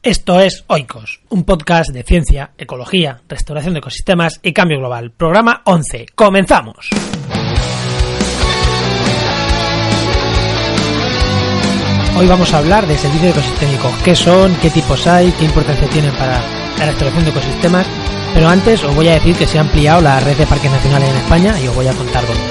Esto es Oikos, un podcast de ciencia, ecología, restauración de ecosistemas y cambio global. Programa 11. ¡Comenzamos! Hoy vamos a hablar de servicios ecosistémicos. ¿Qué son? ¿Qué tipos hay? ¿Qué importancia tienen para la restauración de ecosistemas? Pero antes os voy a decir que se ha ampliado la red de parques nacionales en España y os voy a contar dónde.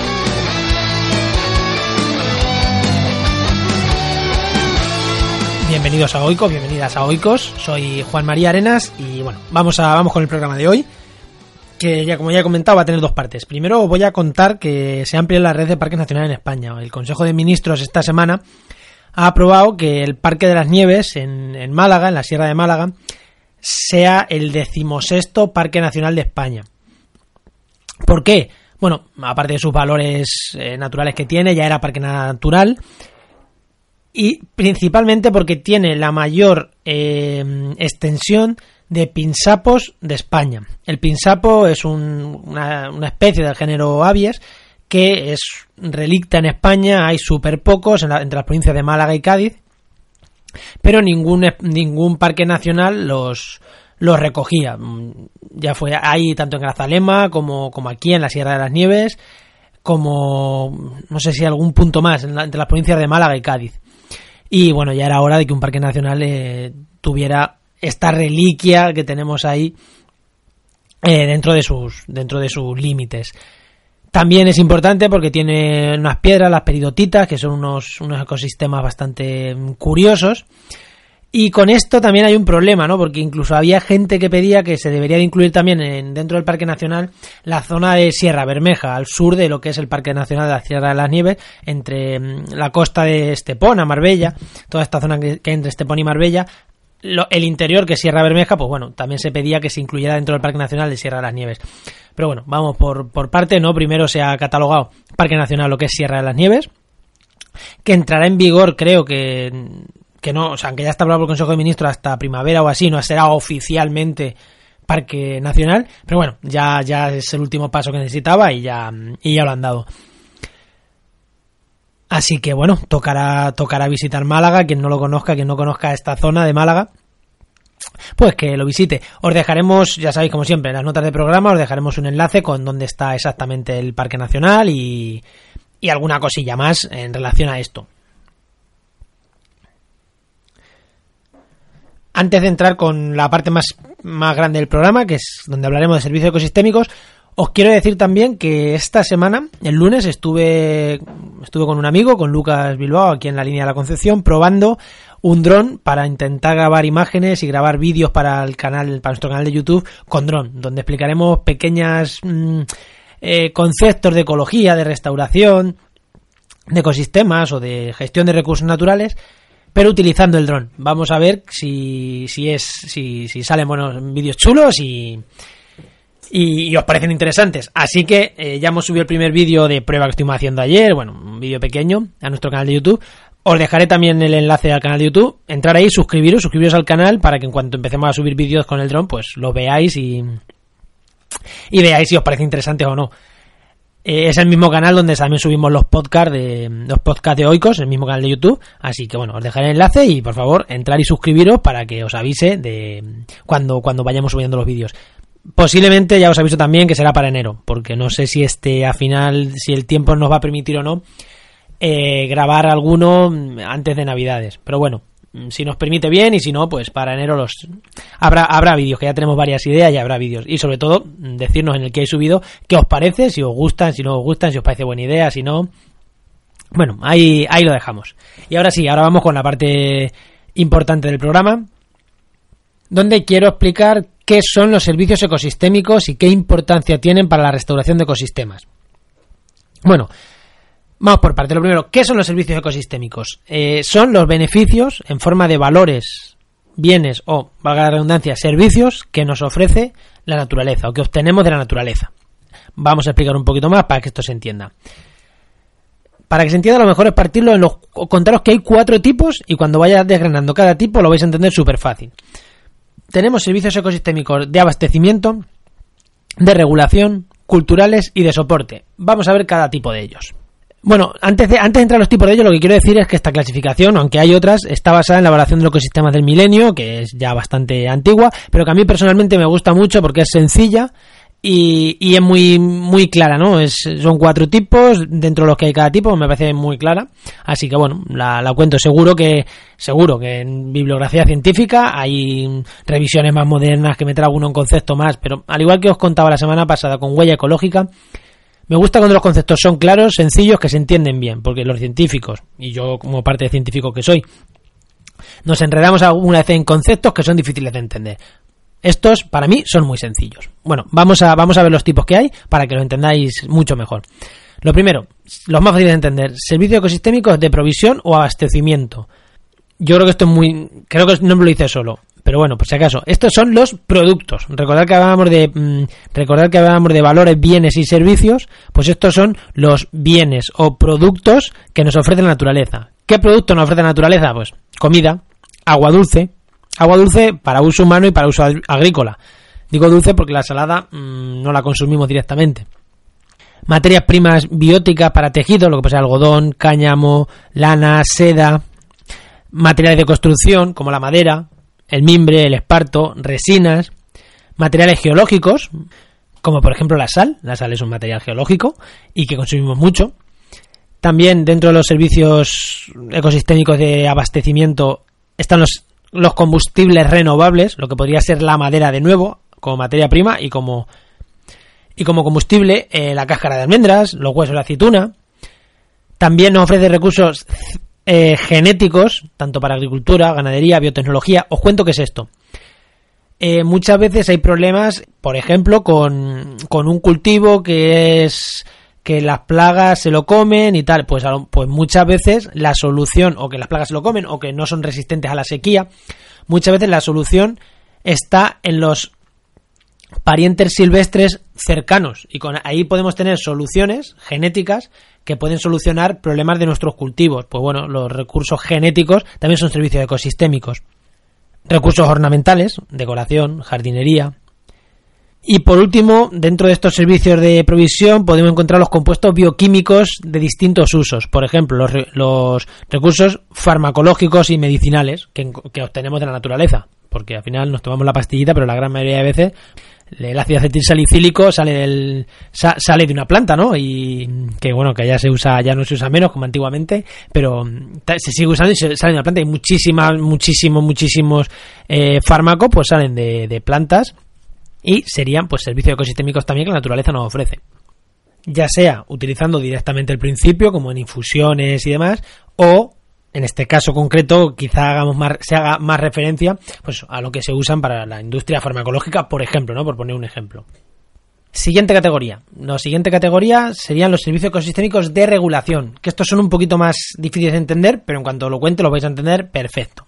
Bienvenidos a Oikos, bienvenidas a Oikos. Soy Juan María Arenas y bueno, vamos con el programa de hoy, que ya como ya he comentado va a tener dos partes. Primero os voy a contar que se amplía la red de parques nacionales en España. El Consejo de Ministros esta semana ha aprobado que el Parque de las Nieves en Málaga, en la Sierra de Málaga, sea el 16º Parque Nacional de España. ¿Por qué? Bueno, aparte de sus valores naturales que tiene, ya era parque natural. Y principalmente porque tiene la mayor extensión de pinsapos de España. El pinsapo es una especie del género Abies que es relicta en España. Hay súper pocos entre las provincias de Málaga y Cádiz, pero ningún parque nacional los recogía. Ya fue ahí tanto en Grazalema como aquí en la Sierra de las Nieves, como no sé si algún punto más entre las provincias de Málaga y Cádiz. Y bueno, ya era hora de que un parque nacional tuviera esta reliquia que tenemos ahí dentro de sus límites. También es importante porque tiene unas piedras, las peridotitas, que son unos ecosistemas bastante curiosos. Y con esto también hay un problema, ¿no? Porque incluso había gente que pedía que se debería de incluir también dentro del Parque Nacional la zona de Sierra Bermeja, al sur de lo que es el Parque Nacional de la Sierra de las Nieves, entre la costa de Estepona, Marbella, toda esta zona que hay entre Estepona y Marbella. El interior, que es Sierra Bermeja, pues bueno, también se pedía que se incluyera dentro del Parque Nacional de Sierra de las Nieves. Pero bueno, vamos por parte, ¿no? Primero se ha catalogado Parque Nacional lo que es Sierra de las Nieves, que entrará en vigor, creo que no, o sea, aunque ya está aprobado por el Consejo de Ministros hasta primavera o así, no será oficialmente Parque Nacional, pero bueno, ya es el último paso que necesitaba y ya lo han dado. Así que bueno, tocará visitar Málaga. Quien no lo conozca, quien no conozca esta zona de Málaga, pues que lo visite. Os dejaremos, ya sabéis, como siempre, en las notas de programa os dejaremos un enlace con dónde está exactamente el Parque Nacional y alguna cosilla más en relación a esto. Antes de entrar con la parte más grande del programa, que es donde hablaremos de servicios ecosistémicos, os quiero decir también que esta semana, el lunes, estuve con un amigo, con Lucas Bilbao, aquí en la línea de la Concepción, probando un dron para intentar grabar imágenes y grabar vídeos para nuestro canal de YouTube con dron, donde explicaremos pequeños conceptos de ecología, de restauración, de ecosistemas o de gestión de recursos naturales, pero utilizando el dron. Vamos a ver si salen buenos vídeos chulos y os parecen interesantes. Así que ya hemos subido el primer vídeo de prueba que estuvimos haciendo ayer, bueno, un vídeo pequeño a nuestro canal de YouTube. Os dejaré también el enlace al canal de YouTube. Entrar ahí, suscribiros al canal para que en cuanto empecemos a subir vídeos con el dron, pues lo veáis y veáis si os parece interesante o no. Es el mismo canal donde también subimos los podcasts de Oikos, el mismo canal de YouTube. Así que bueno, os dejaré el enlace y por favor entrar y suscribiros para que os avise de cuando vayamos subiendo los vídeos. Posiblemente ya os aviso también que será para enero, porque no sé si si el tiempo nos va a permitir o no grabar alguno antes de Navidades. Pero bueno, si nos permite bien, y si no, pues para enero habrá vídeos, que ya tenemos varias ideas y habrá vídeos. Y sobre todo, decirnos en el que hay subido qué os parece, si os gustan, si no os gustan, si os parece buena idea, si no. Bueno, ahí lo dejamos. Y ahora sí, ahora vamos con la parte importante del programa, donde quiero explicar qué son los servicios ecosistémicos y qué importancia tienen para la restauración de ecosistemas. Bueno, vamos por parte. Lo primero, ¿qué son los servicios ecosistémicos? Son los beneficios en forma de valores, bienes o, valga la redundancia, servicios que nos ofrece la naturaleza o que obtenemos de la naturaleza. Vamos a explicar un poquito más para que esto se entienda. Para que se entienda, lo mejor es partirlo contaros que hay 4 tipos y cuando vaya desgranando cada tipo lo vais a entender súper fácil. Tenemos servicios ecosistémicos de abastecimiento, de regulación, culturales y de soporte. Vamos a ver cada tipo de ellos. Bueno, antes de entrar a los tipos de ellos, lo que quiero decir es que esta clasificación, aunque hay otras, está basada en la evaluación de los ecosistemas del milenio, que es ya bastante antigua, pero que a mí personalmente me gusta mucho porque es sencilla y es muy muy clara, ¿no? Son 4 tipos, dentro de los que hay cada tipo, me parece muy clara. Así que bueno, la cuento. Seguro que en bibliografía científica hay revisiones más modernas que meter alguno en concepto más, pero al igual que os contaba la semana pasada con huella ecológica, me gusta cuando los conceptos son claros, sencillos, que se entienden bien, porque los científicos, y yo como parte de científico que soy, nos enredamos alguna vez en conceptos que son difíciles de entender. Estos, para mí, son muy sencillos. Bueno, vamos a ver los tipos que hay para que lo entendáis mucho mejor. Lo primero, los más fáciles de entender, servicios ecosistémicos de provisión o abastecimiento. Yo creo que esto creo que no me lo hice solo, pero bueno, por si acaso, estos son los productos. Recordad que hablábamos de valores, bienes y servicios, pues estos son los bienes o productos que nos ofrece la naturaleza. ¿Qué producto nos ofrece la naturaleza? Pues comida, agua dulce para uso humano y para uso agrícola. Digo dulce porque la salada no la consumimos directamente. Materias primas bióticas para tejidos, lo que puede ser algodón, cáñamo, lana, seda. Materiales de construcción como la madera, el mimbre, el esparto, resinas. Materiales geológicos como por ejemplo la sal. La sal es un material geológico y que consumimos mucho. También dentro de los servicios ecosistémicos de abastecimiento están los combustibles renovables, lo que podría ser la madera de nuevo, como materia prima y como combustible, la cáscara de almendras, los huesos de aceituna. También nos ofrece recursos genéticos, tanto para agricultura, ganadería, biotecnología. Os cuento qué es esto. Muchas veces hay problemas, por ejemplo, con un cultivo que las plagas se lo comen y tal, pues muchas veces la solución, o que las plagas se lo comen, o que no son resistentes a la sequía, muchas veces la solución está en los parientes silvestres cercanos, y ahí podemos tener soluciones genéticas que pueden solucionar problemas de nuestros cultivos. Pues bueno, los recursos genéticos también son servicios ecosistémicos. Recursos ornamentales, decoración, jardinería. Y por último, dentro de estos servicios de provisión podemos encontrar los compuestos bioquímicos de distintos usos. Por ejemplo, los recursos farmacológicos y medicinales que obtenemos de la naturaleza. Porque al final nos tomamos la pastillita, pero la gran mayoría de veces el ácido acetilsalicílico sale de una planta, ¿no? Y que bueno, que ya no se usa menos como antiguamente, pero se sigue usando y sale de una planta. Y muchísimos fármacos pues salen de plantas. Y serían pues servicios ecosistémicos también que la naturaleza nos ofrece. Ya sea utilizando directamente el principio, como en infusiones y demás, o en este caso concreto quizá se haga más referencia pues a lo que se usan para la industria farmacológica, por ejemplo, ¿no? Por poner un ejemplo. Siguiente categoría. La siguiente categoría serían los servicios ecosistémicos de regulación, que estos son un poquito más difíciles de entender, pero en cuanto lo cuente lo vais a entender perfecto.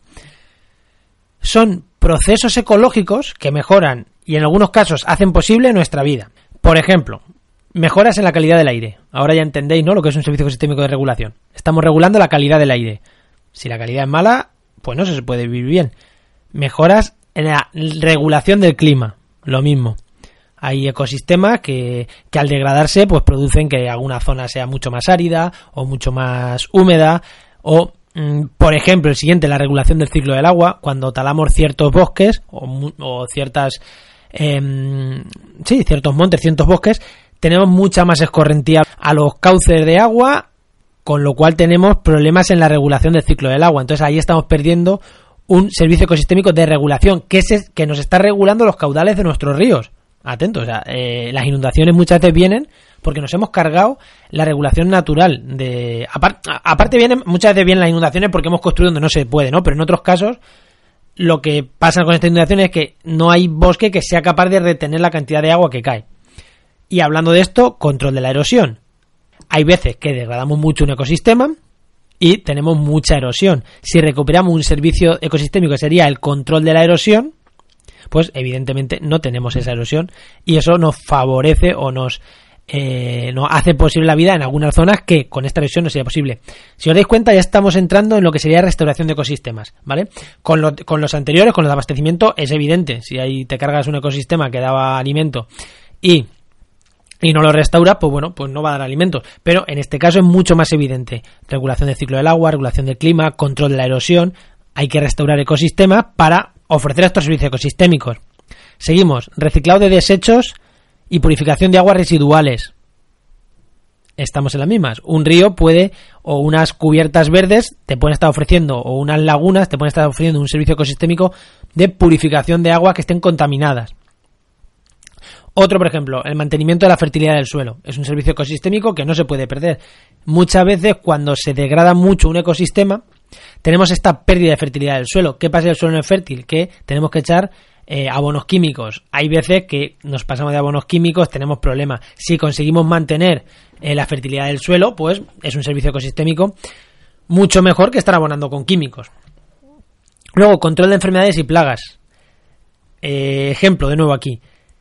Son procesos ecológicos que mejoran y en algunos casos hacen posible nuestra vida. Por ejemplo, mejoras en la calidad del aire. Ahora ya entendéis, ¿no?, lo que es un servicio ecosistémico de regulación. Estamos regulando la calidad del aire. Si la calidad es mala, pues no se puede vivir bien. Mejoras en la regulación del clima. Lo mismo. Hay ecosistemas que al degradarse pues producen que alguna zona sea mucho más árida o mucho más húmeda. O, por ejemplo, el siguiente, la regulación del ciclo del agua. Cuando talamos ciertos bosques o ciertas... ciertos montes, ciertos bosques, tenemos mucha más escorrentía a los cauces de agua, con lo cual tenemos problemas en la regulación del ciclo del agua. Entonces ahí estamos perdiendo un servicio ecosistémico de regulación que nos está regulando los caudales de nuestros ríos. Atentos, las inundaciones muchas veces vienen porque nos hemos cargado la regulación natural. Aparte muchas veces vienen las inundaciones porque hemos construido donde no se puede, ¿no? Pero en otros casos lo que pasa con esta inundación es que no hay bosque que sea capaz de retener la cantidad de agua que cae. Y hablando de esto, control de la erosión. Hay veces que degradamos mucho un ecosistema y tenemos mucha erosión. Si recuperamos un servicio ecosistémico que sería el control de la erosión, pues evidentemente no tenemos esa erosión y eso nos favorece o nos hace posible la vida en algunas zonas que con esta erosión no sería posible. Si os dais cuenta, ya estamos entrando en lo que sería restauración de ecosistemas, ¿vale? Con los anteriores, con el abastecimiento, es evidente. Si ahí te cargas un ecosistema que daba alimento y y no lo restaura, pues bueno, pues no va a dar alimentos. Pero en este caso es mucho más evidente. Regulación del ciclo del agua, regulación del clima, control de la erosión. Hay que restaurar ecosistemas para ofrecer estos servicios ecosistémicos. Seguimos. Reciclado de desechos y purificación de aguas residuales. Estamos en las mismas. Un río puede, o unas cubiertas verdes te pueden estar ofreciendo, o unas lagunas te pueden estar ofreciendo un servicio ecosistémico de purificación de aguas que estén contaminadas. Otro, por ejemplo, el mantenimiento de la fertilidad del suelo. Es un servicio ecosistémico que no se puede perder. Muchas veces, cuando se degrada mucho un ecosistema, tenemos esta pérdida de fertilidad del suelo. ¿Qué pasa si el suelo no es fértil? Que tenemos que echar abonos químicos. Hay veces que nos pasamos de abonos químicos, tenemos problemas. Si conseguimos mantener la fertilidad del suelo, pues es un servicio ecosistémico mucho mejor que estar abonando con químicos. Luego, control de enfermedades y plagas. Ejemplo, de nuevo aquí.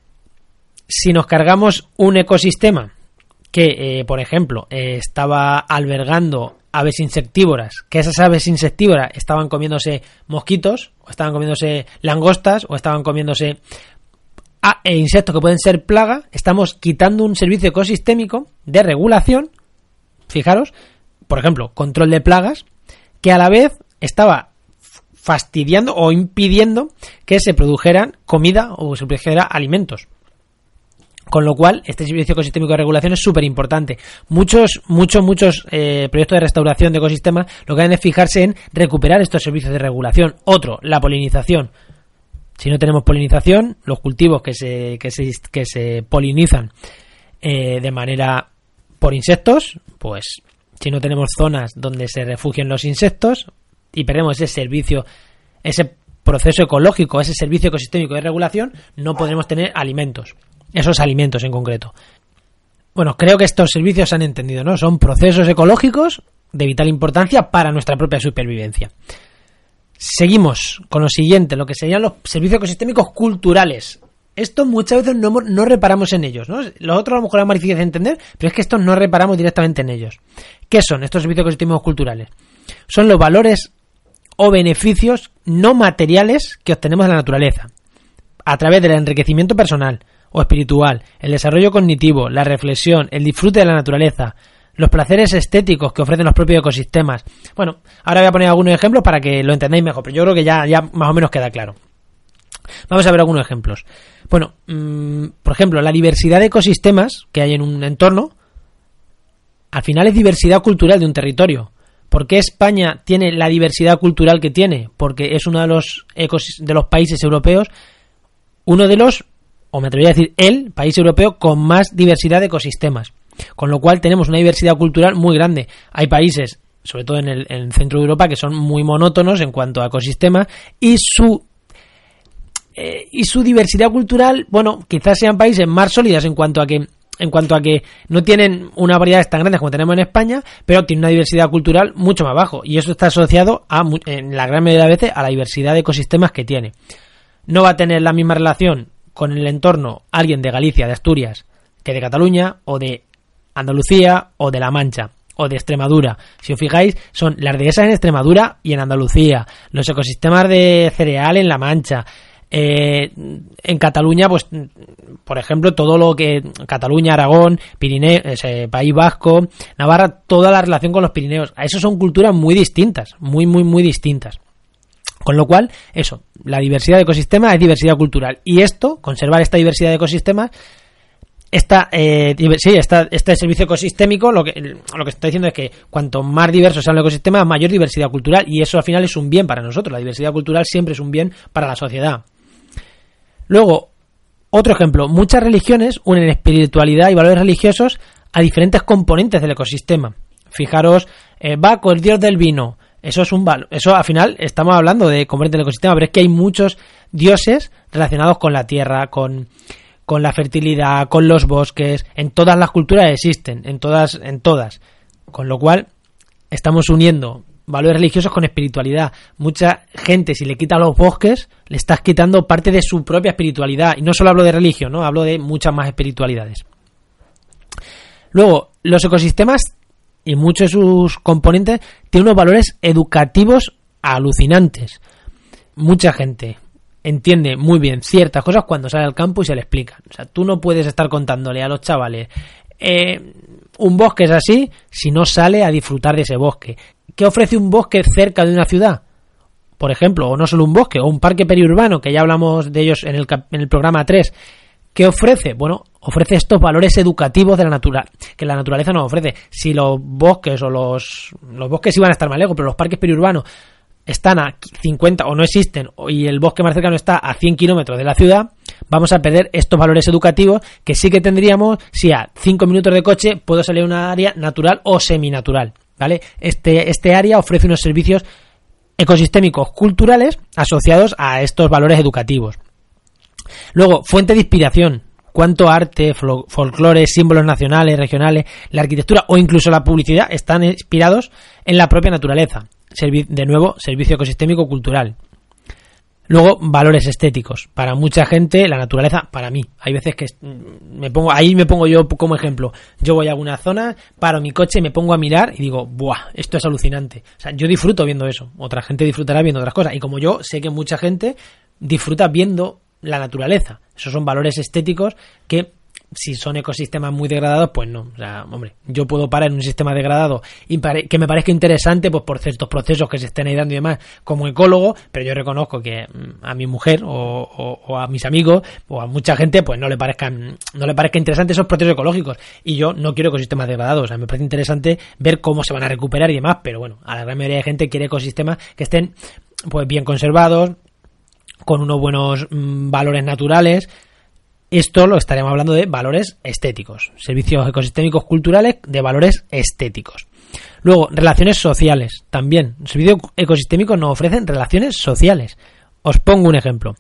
Si nos cargamos un ecosistema que, por ejemplo, estaba albergando aves insectívoras, que esas aves insectívoras estaban comiéndose mosquitos, o estaban comiéndose langostas, o estaban comiéndose insectos que pueden ser plaga, estamos quitando un servicio ecosistémico de regulación, fijaros, por ejemplo, control de plagas, que a la vez estaba fastidiando o impidiendo que se produjeran comida o se produjera alimentos. Con lo cual, este servicio ecosistémico de regulación es súper importante. Muchos proyectos de restauración de ecosistemas lo que hacen es fijarse en recuperar estos servicios de regulación. Otro, la polinización. Si no tenemos polinización, los cultivos que se polinizan de manera por insectos, pues si no tenemos zonas donde se refugien los insectos y perdemos ese servicio, ese proceso ecológico, ese servicio ecosistémico de regulación, no podremos tener alimentos. Esos alimentos en concreto. Bueno, creo que estos servicios se han entendido, ¿no? Son procesos ecológicos de vital importancia para nuestra propia supervivencia. Seguimos con lo siguiente, lo que serían los servicios ecosistémicos culturales. Estos muchas veces no reparamos en ellos, ¿no? Los otros a lo mejor es más difícil de entender, pero es que estos no reparamos directamente en ellos. ¿Qué son estos servicios ecosistémicos culturales? Son los valores o beneficios no materiales que obtenemos de la naturaleza a través del enriquecimiento personal o espiritual, el desarrollo cognitivo, la reflexión, el disfrute de la naturaleza, los placeres estéticos que ofrecen los propios ecosistemas. Bueno, ahora voy a poner algunos ejemplos para que lo entendáis mejor, pero yo creo que ya más o menos queda claro. Vamos a ver algunos ejemplos. Bueno, por ejemplo, la diversidad de ecosistemas que hay en un entorno, al final es diversidad cultural de un territorio. ¿Por qué España tiene la diversidad cultural que tiene? Porque es uno de los países europeos, uno de los, o me atrevería a decir, el país europeo con más diversidad de ecosistemas. Con lo cual tenemos una diversidad cultural muy grande. Hay países, sobre todo en el centro de Europa, que son muy monótonos en cuanto a ecosistemas y su diversidad cultural, bueno, quizás sean países más sólidos en cuanto a que no tienen una variedad tan grande como tenemos en España, pero tienen una diversidad cultural mucho más bajo. Y eso está asociado en la gran mayoría de veces a la diversidad de ecosistemas que tiene. No va a tener la misma relación con el entorno alguien de Galicia, de Asturias, que de Cataluña, o de Andalucía, o de La Mancha, o de Extremadura. Si os fijáis, son las dehesas en Extremadura y en Andalucía, los ecosistemas de cereal en La Mancha. En Cataluña, pues, por ejemplo, todo lo que Cataluña, Aragón, Pirineos, País Vasco, Navarra, toda la relación con los Pirineos. Eso son culturas muy distintas, muy distintas. Con lo cual, eso, la diversidad de ecosistemas es diversidad cultural. Y esto, conservar esta diversidad de ecosistemas, este servicio ecosistémico, lo que está diciendo es que cuanto más diversos sean los ecosistemas, mayor diversidad cultural. Y eso al final es un bien para nosotros. La diversidad cultural siempre es un bien para la sociedad. Luego, otro ejemplo, muchas religiones unen espiritualidad y valores religiosos a diferentes componentes del ecosistema. Fijaros, Baco, el dios del vino, eso es un valor. Eso al final estamos hablando de componentes del ecosistema, pero es que hay muchos dioses relacionados con la tierra, con la fertilidad, con los bosques. En todas las culturas existen, en todas. Con lo cual, estamos uniendo valores religiosos con espiritualidad. Mucha gente, si le quita los bosques, le estás quitando parte de su propia espiritualidad. Y no solo hablo de religión, ¿no? Hablo de muchas más espiritualidades. Luego, los ecosistemas y muchos de sus componentes tienen unos valores educativos alucinantes. Mucha gente entiende muy bien ciertas cosas cuando sale al campo y se le explican. O sea, tú no puedes estar contándole a los chavales un bosque es así si no sale a disfrutar de ese bosque. ¿Qué ofrece un bosque cerca de una ciudad? Por ejemplo, o no solo un bosque, o un parque periurbano, que ya hablamos de ellos en el programa 3. ¿Qué ofrece? Bueno, ofrece estos valores educativos de la naturaleza, que la naturaleza nos ofrece. Si los bosques o los bosques iban a estar más lejos, pero los parques periurbanos están a 50 o no existen, y el bosque más cercano está a 100 kilómetros de la ciudad, vamos a perder estos valores educativos que sí que tendríamos si a 5 minutos de coche puedo salir a una área natural o seminatural, ¿vale? Este área ofrece unos servicios ecosistémicos culturales asociados a estos valores educativos. Luego, fuente de inspiración. Cuánto arte, folclore, símbolos nacionales, regionales, la arquitectura o incluso la publicidad están inspirados en la propia naturaleza. De nuevo, servicio ecosistémico cultural. Luego, valores estéticos. Para mucha gente, la naturaleza, para mí. Hay veces que me pongo yo como ejemplo. Yo voy a alguna zona, paro mi coche, me pongo a mirar y digo, ¡buah! Esto es alucinante. O sea, yo disfruto viendo eso. Otra gente disfrutará viendo otras cosas. Y como yo, sé que mucha gente disfruta viendo la naturaleza. Esos son valores estéticos que, si son ecosistemas muy degradados, pues no. O sea, hombre, yo puedo parar en un sistema degradado y que me parezca interesante, pues por ciertos procesos que se estén ahí dando y demás, como ecólogo, pero yo reconozco que a mi mujer o a mis amigos o a mucha gente, pues no le parezca interesante esos procesos ecológicos. Y yo no quiero ecosistemas degradados. O sea, me parece interesante ver cómo se van a recuperar y demás, pero bueno, a la gran mayoría de gente quiere ecosistemas que estén pues bien conservados, con unos buenos valores naturales. Esto lo estaremos hablando de valores estéticos, servicios ecosistémicos culturales de valores estéticos. Luego, relaciones sociales, también. Servicios ecosistémicos nos ofrecen relaciones sociales. Os pongo un ejemplo.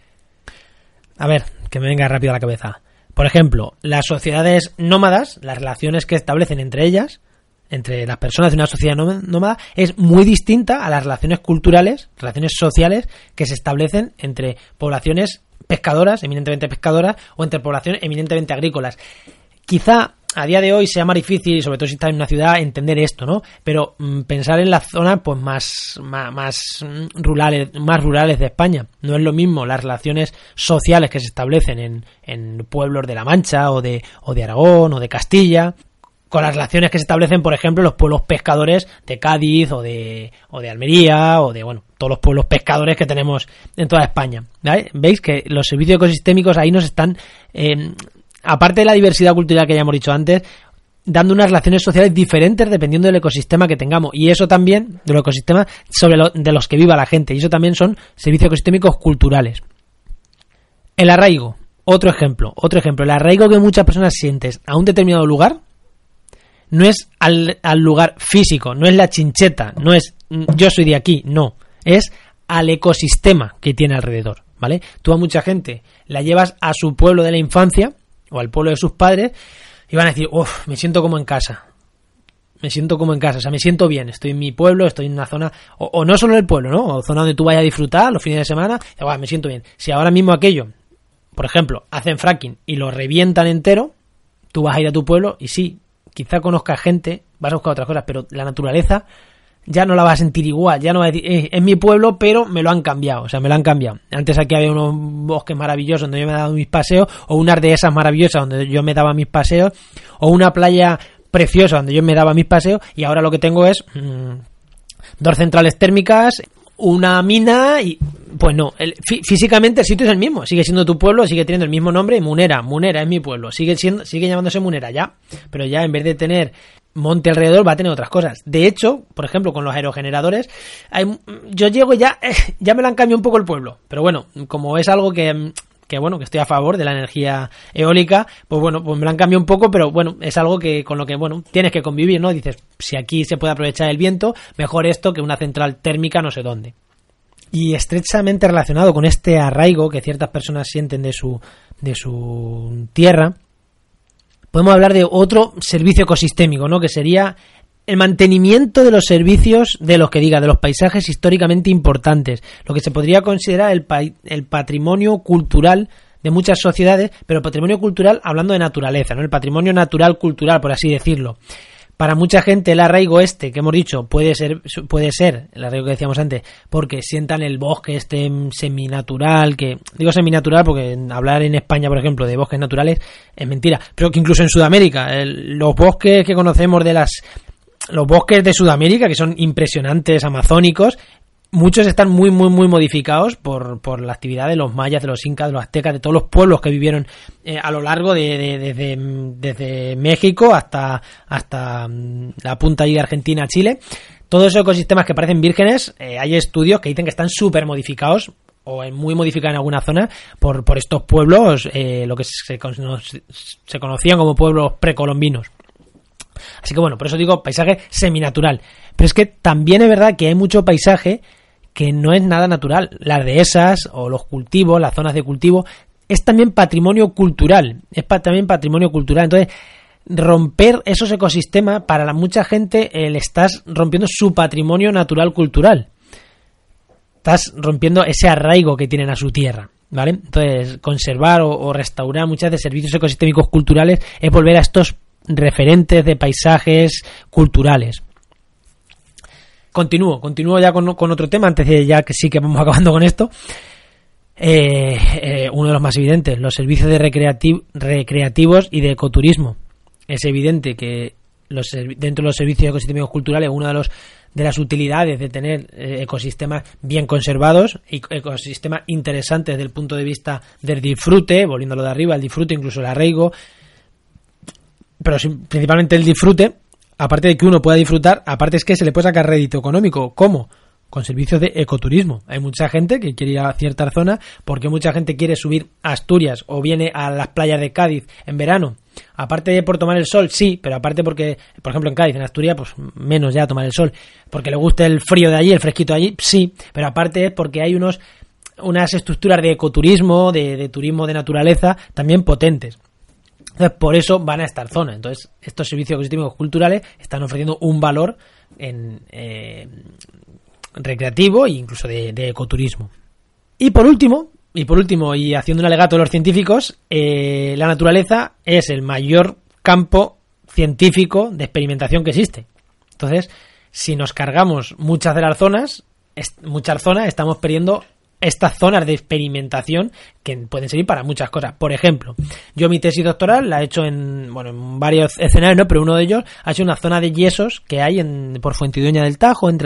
A ver, que me venga rápido a la cabeza. Por ejemplo, las sociedades nómadas, las relaciones que establecen entre ellas, entre las personas de una sociedad nómada, es muy distinta a las relaciones culturales, relaciones sociales que se establecen entre poblaciones pescadoras, eminentemente pescadoras, o entre poblaciones eminentemente agrícolas. Quizá a día de hoy sea más difícil, sobre todo si estás en una ciudad, entender esto, ¿no? Pero pensar en las zonas pues más rurales de España. No es lo mismo las relaciones sociales que se establecen en pueblos de La Mancha o de Aragón o de Castilla, con las relaciones que se establecen, por ejemplo, en los pueblos pescadores de Cádiz o de Almería o de, bueno, todos los pueblos pescadores que tenemos en toda España, ¿vale? Veis que los servicios ecosistémicos ahí nos están, aparte de la diversidad cultural que ya hemos dicho antes, dando unas relaciones sociales diferentes dependiendo del ecosistema que tengamos, y eso también, de los ecosistemas de los que viva la gente, y eso también son servicios ecosistémicos culturales. El arraigo, otro ejemplo, el arraigo que muchas personas sienten a un determinado lugar, no es al lugar físico, no es la chincheta, no es yo soy de aquí, no, es al ecosistema que tiene alrededor, ¿vale? Tú a mucha gente la llevas a su pueblo de la infancia o al pueblo de sus padres y van a decir, uff, me siento como en casa, o sea, me siento bien, estoy en mi pueblo, estoy en una zona, o no solo en el pueblo, ¿no? O zona donde tú vayas a disfrutar los fines de semana, me siento bien. Si ahora mismo aquello, por ejemplo, hacen fracking y lo revientan entero, tú vas a ir a tu pueblo y sí, quizá conozcas gente, vas a buscar otras cosas, pero la naturaleza ya no la vas a sentir igual, ya no vas a decir, es mi pueblo, pero me lo han cambiado, Antes aquí había unos bosques maravillosos donde yo me daba mis paseos, o unas dehesas maravillosas donde yo me daba mis paseos, o una playa preciosa donde yo me daba mis paseos, y ahora lo que tengo es 2 centrales térmicas, una mina y... Pues no, físicamente el sitio es el mismo, sigue siendo tu pueblo, sigue teniendo el mismo nombre, Munera es mi pueblo, sigue llamándose Munera ya, pero ya en vez de tener monte alrededor va a tener otras cosas. De hecho, por ejemplo, con los aerogeneradores, yo llego ya me lo han cambiado un poco el pueblo, pero bueno, como es algo que estoy a favor de la energía eólica, pues bueno, pues me lo han cambiado un poco, pero bueno, es algo que con lo que, bueno, tienes que convivir, ¿no? Dices, si aquí se puede aprovechar el viento, mejor esto que una central térmica no sé dónde. Y estrechamente relacionado con este arraigo que ciertas personas sienten de su tierra, podemos hablar de otro servicio ecosistémico, ¿no? Que sería el mantenimiento de los servicios de los paisajes históricamente importantes, lo que se podría considerar el patrimonio cultural de muchas sociedades, pero patrimonio cultural hablando de naturaleza, ¿no? El patrimonio natural cultural, por así decirlo. para mucha gente el arraigo que hemos dicho puede ser el arraigo que decíamos antes, porque sientan el bosque seminatural, que digo seminatural porque hablar en España, por ejemplo, de bosques naturales es mentira, pero que incluso en Sudamérica, los bosques que conocemos los bosques de Sudamérica, que son impresionantes, amazónicos, muchos están muy, muy, muy modificados por la actividad de los mayas, de los incas, de los aztecas, de todos los pueblos que vivieron a lo largo desde México hasta la punta allí de Argentina, Chile. Todos esos ecosistemas que parecen vírgenes, hay estudios que dicen que están súper modificados o muy modificados en alguna zona por estos pueblos, lo que se conocían como pueblos precolombinos. Así que bueno, por eso digo paisaje seminatural. Pero es que también es verdad que hay mucho paisaje que no es nada natural. Las dehesas o los cultivos, las zonas de cultivo, es también patrimonio cultural. Entonces, romper esos ecosistemas, para mucha gente, le estás rompiendo su patrimonio natural cultural. Estás rompiendo ese arraigo que tienen a su tierra, ¿vale? Entonces, conservar o restaurar muchas de servicios ecosistémicos culturales es volver a estos referentes de paisajes culturales. Continúo ya con otro tema, antes de ya que sí que vamos acabando con esto. Uno de los más evidentes, los servicios de recreativos y de ecoturismo. Es evidente que dentro de los servicios ecosistémicos culturales, una de las utilidades de tener ecosistemas bien conservados y ecosistemas interesantes desde el punto de vista del disfrute, volviéndolo de arriba, el disfrute, incluso el arraigo, pero principalmente el disfrute. Aparte de que uno pueda disfrutar, aparte es que se le puede sacar rédito económico. ¿Cómo? Con servicios de ecoturismo. Hay mucha gente que quiere ir a ciertas zonas, porque mucha gente quiere subir a Asturias o viene a las playas de Cádiz en verano. Aparte de por tomar el sol, sí, pero aparte porque, por ejemplo, en Cádiz, en Asturias, pues menos ya tomar el sol. Porque le gusta el frío de allí, el fresquito de allí, sí, pero aparte es porque hay unas estructuras de ecoturismo, de turismo de naturaleza, también potentes. Entonces, por eso van a esta zona. Entonces, estos servicios ecosistémicos culturales están ofreciendo un valor recreativo e incluso de ecoturismo. Y por último, y haciendo un alegato de los científicos, la naturaleza es el mayor campo científico de experimentación que existe. Entonces, si nos cargamos muchas zonas, estamos perdiendo estas zonas de experimentación que pueden servir para muchas cosas. Por ejemplo, yo mi tesis doctoral la he hecho en varios escenarios, ¿no? Pero uno de ellos ha sido una zona de yesos que hay por Fuentidueña del Tajo, en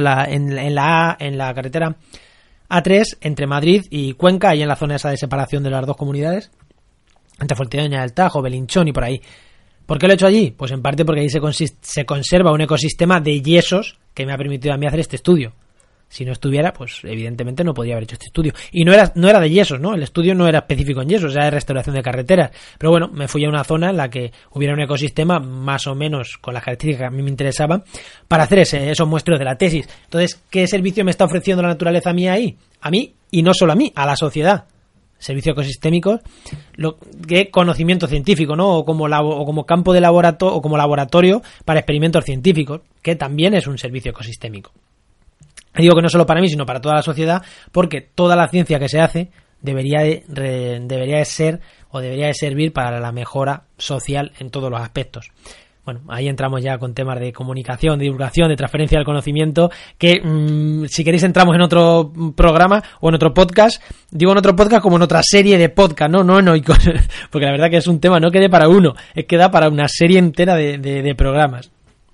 la carretera A3, entre Madrid y Cuenca, ahí en la zona esa de separación de las dos comunidades, entre Fuentidueña del Tajo, Belinchón y por ahí. ¿Por qué lo he hecho allí? Pues en parte porque ahí se conserva un ecosistema de yesos que me ha permitido a mí hacer este estudio. Si no estuviera, pues evidentemente no podría haber hecho este estudio. Y no era de yesos, ¿no? El estudio no era específico en yesos, era de restauración de carreteras. Pero bueno, me fui a una zona en la que hubiera un ecosistema más o menos con las características que a mí me interesaban para hacer esos muestreos de la tesis. Entonces, ¿qué servicio me está ofreciendo la naturaleza mía ahí? A mí, y no solo a mí, a la sociedad. Servicios ecosistémicos, que conocimiento científico, ¿no? O como campo de laboratorio, o como laboratorio para experimentos científicos, que también es un servicio ecosistémico. Digo que no solo para mí, sino para toda la sociedad, porque toda la ciencia que se hace debería de servir para la mejora social en todos los aspectos. Bueno, ahí entramos ya con temas de comunicación, de divulgación, de transferencia del conocimiento, que si queréis entramos en otro programa o en otro podcast. Digo en otro podcast como en otra serie de podcast, no porque la verdad que es un tema no que dé para uno, es que da para una serie entera de programas.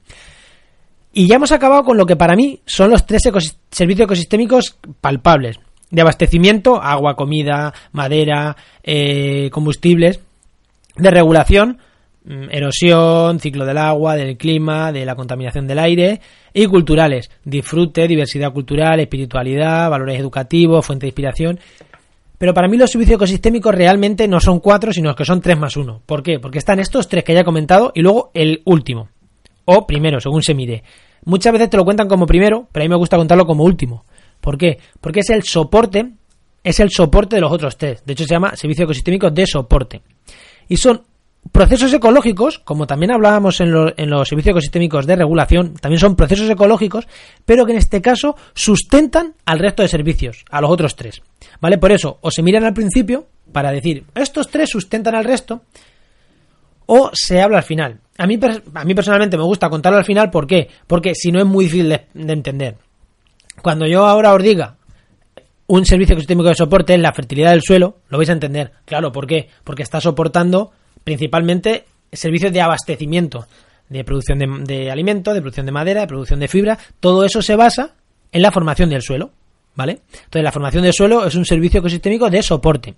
Y ya hemos acabado con lo que para mí son los 3 servicios ecosistémicos palpables. De abastecimiento, agua, comida, madera, combustibles. De regulación, erosión, ciclo del agua, del clima, de la contaminación del aire. Y culturales, disfrute, diversidad cultural, espiritualidad, valores educativos, fuente de inspiración. Pero para mí los servicios ecosistémicos realmente no son 4, sino que son 3 más 1. ¿Por qué? Porque están estos 3 que ya he comentado y luego el último. O primero, según se mire. Muchas veces te lo cuentan como primero, pero a mí me gusta contarlo como último. ¿Por qué? Porque es el soporte de los otros 3. De hecho, se llama servicios ecosistémicos de soporte. Y son procesos ecológicos, como también hablábamos en los servicios ecosistémicos de regulación, también son procesos ecológicos, pero que en este caso sustentan al resto de servicios, a los otros 3. ¿Vale? Por eso, o se miran al principio, para decir, estos 3 sustentan al resto, o se habla al final. a mí personalmente me gusta contarlo al final. ¿Por qué? Porque si no es muy difícil de entender. Cuando yo ahora os diga un servicio ecosistémico de soporte en la fertilidad del suelo, lo vais a entender. Claro, ¿por qué? Porque está soportando principalmente servicios de abastecimiento, de producción de alimento, de producción de madera, de producción de fibra. Todo eso se basa en la formación del suelo, ¿vale? Entonces la formación del suelo es un servicio ecosistémico de soporte.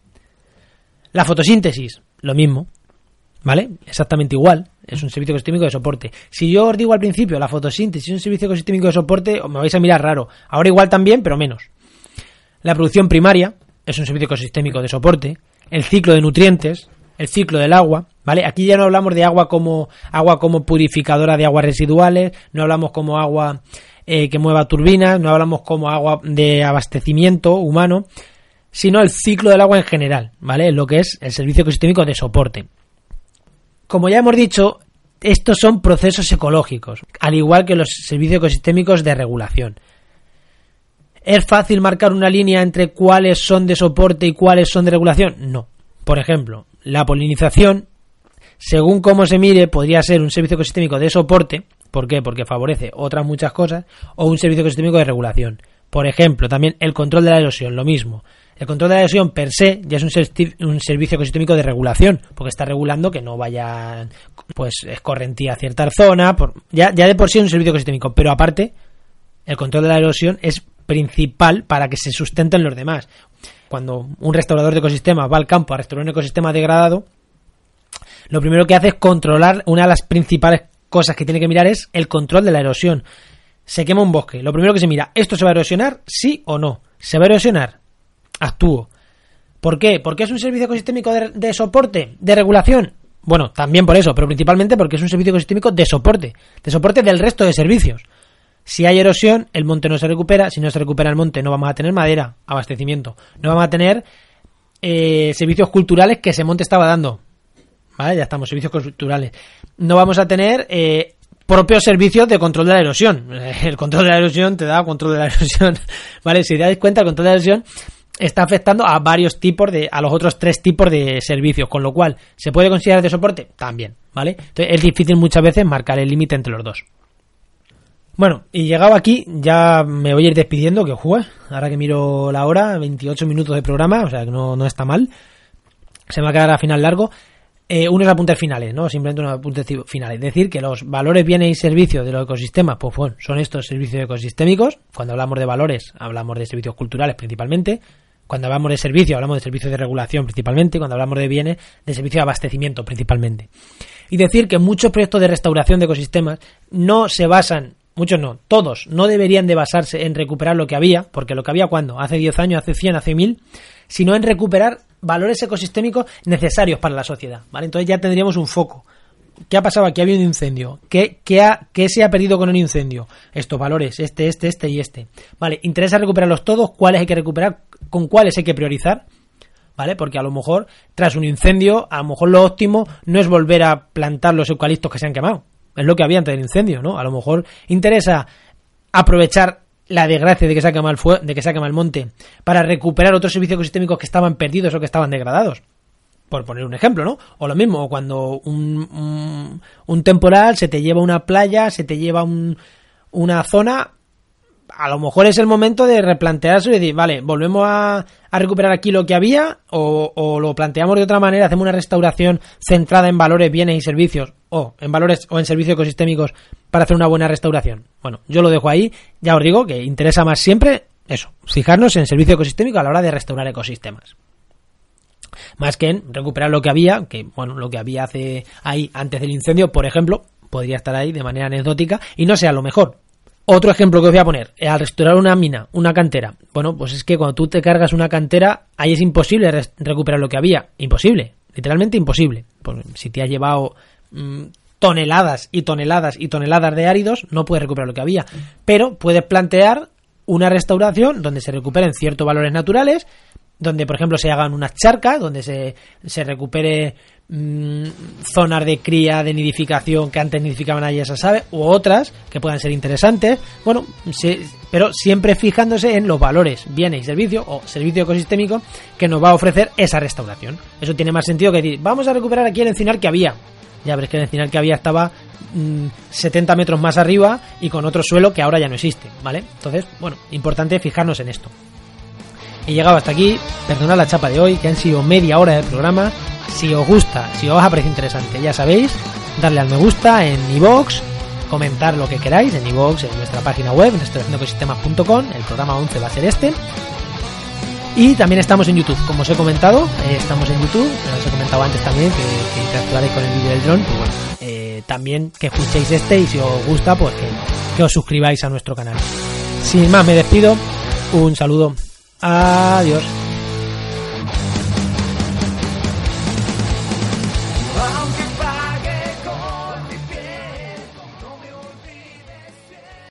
La fotosíntesis, lo mismo, ¿vale? Exactamente igual, es un servicio ecosistémico de soporte. Si yo os digo al principio la fotosíntesis es un servicio ecosistémico de soporte, me vais a mirar raro. Ahora igual también, pero menos. La producción primaria es un servicio ecosistémico de soporte. El ciclo de nutrientes, el ciclo del agua, ¿vale? Aquí ya no hablamos de agua como purificadora de aguas residuales, no hablamos como agua que mueva turbinas, no hablamos como agua de abastecimiento humano, sino el ciclo del agua en general, ¿vale? Lo que es el servicio ecosistémico de soporte. Como ya hemos dicho, estos son procesos ecológicos, al igual que los servicios ecosistémicos de regulación. ¿Es fácil marcar una línea entre cuáles son de soporte y cuáles son de regulación? No. Por ejemplo, la polinización, según cómo se mire, podría ser un servicio ecosistémico de soporte. ¿Por qué? Porque favorece otras muchas cosas, o un servicio ecosistémico de regulación. Por ejemplo, también el control de la erosión, lo mismo. El control de la erosión per se ya es un servicio ecosistémico de regulación, porque está regulando que no vaya escorrentía a cierta zona, ya de por sí es un servicio ecosistémico, pero aparte, el control de la erosión es principal para que se sustenten los demás. Cuando un restaurador de ecosistemas va al campo a restaurar un ecosistema degradado, lo primero que hace es controlar. Una de las principales cosas que tiene que mirar es el control de la erosión. Se quema un bosque, lo primero que se mira, ¿esto se va a erosionar? ¿Sí o no? ¿Se va a erosionar? Actúo. ¿Por qué? ¿Porque es un servicio ecosistémico de soporte, de regulación? Bueno, también por eso, pero principalmente porque es un servicio ecosistémico de soporte del resto de servicios. Si hay erosión, el monte no se recupera. Si no se recupera el monte, no vamos a tener madera, abastecimiento. No vamos a tener servicios culturales que ese monte estaba dando. ¿Vale? Ya estamos, servicios culturales. No vamos a tener propios servicios de control de la erosión. El control de la erosión te da control de la erosión. ¿Vale? Si te das cuenta, el control de la erosión está afectando a varios tipos a los otros 3 tipos de servicios, con lo cual, ¿se puede considerar de soporte? También, ¿vale? Entonces es difícil muchas veces marcar el límite entre los dos. Bueno, y llegado aquí, ya me voy a ir despidiendo, que ahora que miro la hora, 28 minutos de programa, o sea que no está mal. Se me va a quedar al final largo. Unos apuntes finales, ¿no? Simplemente unos apuntes finales. Es decir, que los valores, bienes y servicios de los ecosistemas, pues bueno, son estos servicios ecosistémicos. Cuando hablamos de valores, hablamos de servicios culturales principalmente. Cuando hablamos de servicios, hablamos de servicios de regulación principalmente. Cuando hablamos de bienes, de servicios de abastecimiento principalmente. Y decir que muchos proyectos de restauración de ecosistemas no se basan, muchos no, todos no deberían de basarse en recuperar lo que había, porque lo que había ¿cuándo? Hace 10 años, hace 100, hace 1000, sino en recuperar valores ecosistémicos necesarios para la sociedad, ¿vale? Entonces ya tendríamos un foco. ¿Qué ha pasado aquí? Ha habido un incendio. ¿Qué se ha perdido con un incendio? Estos valores, este y este. Vale, ¿interesa recuperarlos todos? ¿Cuáles hay que recuperar? ¿Con cuáles hay que priorizar? ¿Vale? Porque a lo mejor, tras un incendio, a lo mejor lo óptimo no es volver a plantar los eucaliptos que se han quemado. Es lo que había antes del incendio, ¿no? A lo mejor interesa aprovechar la desgracia de que se ha quemado el monte para recuperar otros servicios ecosistémicos que estaban perdidos o que estaban degradados. Por poner un ejemplo, ¿no? O lo mismo, cuando un temporal se te lleva una playa, se te lleva una zona, a lo mejor es el momento de replantearse y decir, vale, volvemos a recuperar aquí lo que había o lo planteamos de otra manera, hacemos una restauración centrada en valores, bienes y servicios o en valores o en servicios ecosistémicos para hacer una buena restauración. Bueno, yo lo dejo ahí, ya os digo que interesa más siempre eso, fijarnos en servicio ecosistémico a la hora de restaurar ecosistemas. Más que en recuperar lo que había, que bueno, lo que había ahí antes del incendio, por ejemplo, podría estar ahí de manera anecdótica y no sea lo mejor. Otro ejemplo que os voy a poner, al restaurar una mina, una cantera. Bueno, pues es que cuando tú te cargas una cantera, ahí es imposible recuperar lo que había. Imposible, literalmente imposible. Pues si te has llevado toneladas y toneladas y toneladas de áridos, no puedes recuperar lo que había. Pero puedes plantear una restauración donde se recuperen ciertos valores naturales, donde por ejemplo se hagan unas charcas, donde se recupere zonas de cría, de nidificación que antes nidificaban allí esas aves, u otras que puedan ser interesantes, bueno, pero siempre fijándose en los valores, bienes y servicios o servicio ecosistémico que nos va a ofrecer esa restauración. Eso tiene más sentido que decir, vamos a recuperar aquí el encinar que había. Ya veréis que el encinar que había estaba 70 metros más arriba y con otro suelo que ahora ya no existe, ¿vale? Entonces, bueno, importante fijarnos en esto. He llegado hasta aquí, perdonad la chapa de hoy, que han sido media hora del programa. Si os gusta, si os ha parecido interesante, ya sabéis, darle al me gusta en iVoox, comentar lo que queráis en iVoox, en nuestra página web, en restauraciondeecosistemas.com. El programa 11 va a ser este. Y también estamos en YouTube, como os he comentado, estamos en YouTube, os he comentado antes también que interactuaréis con el vídeo del dron, pues bueno, también que escuchéis y si os gusta, pues que os suscribáis a nuestro canal. Sin más, me despido, un saludo, adiós.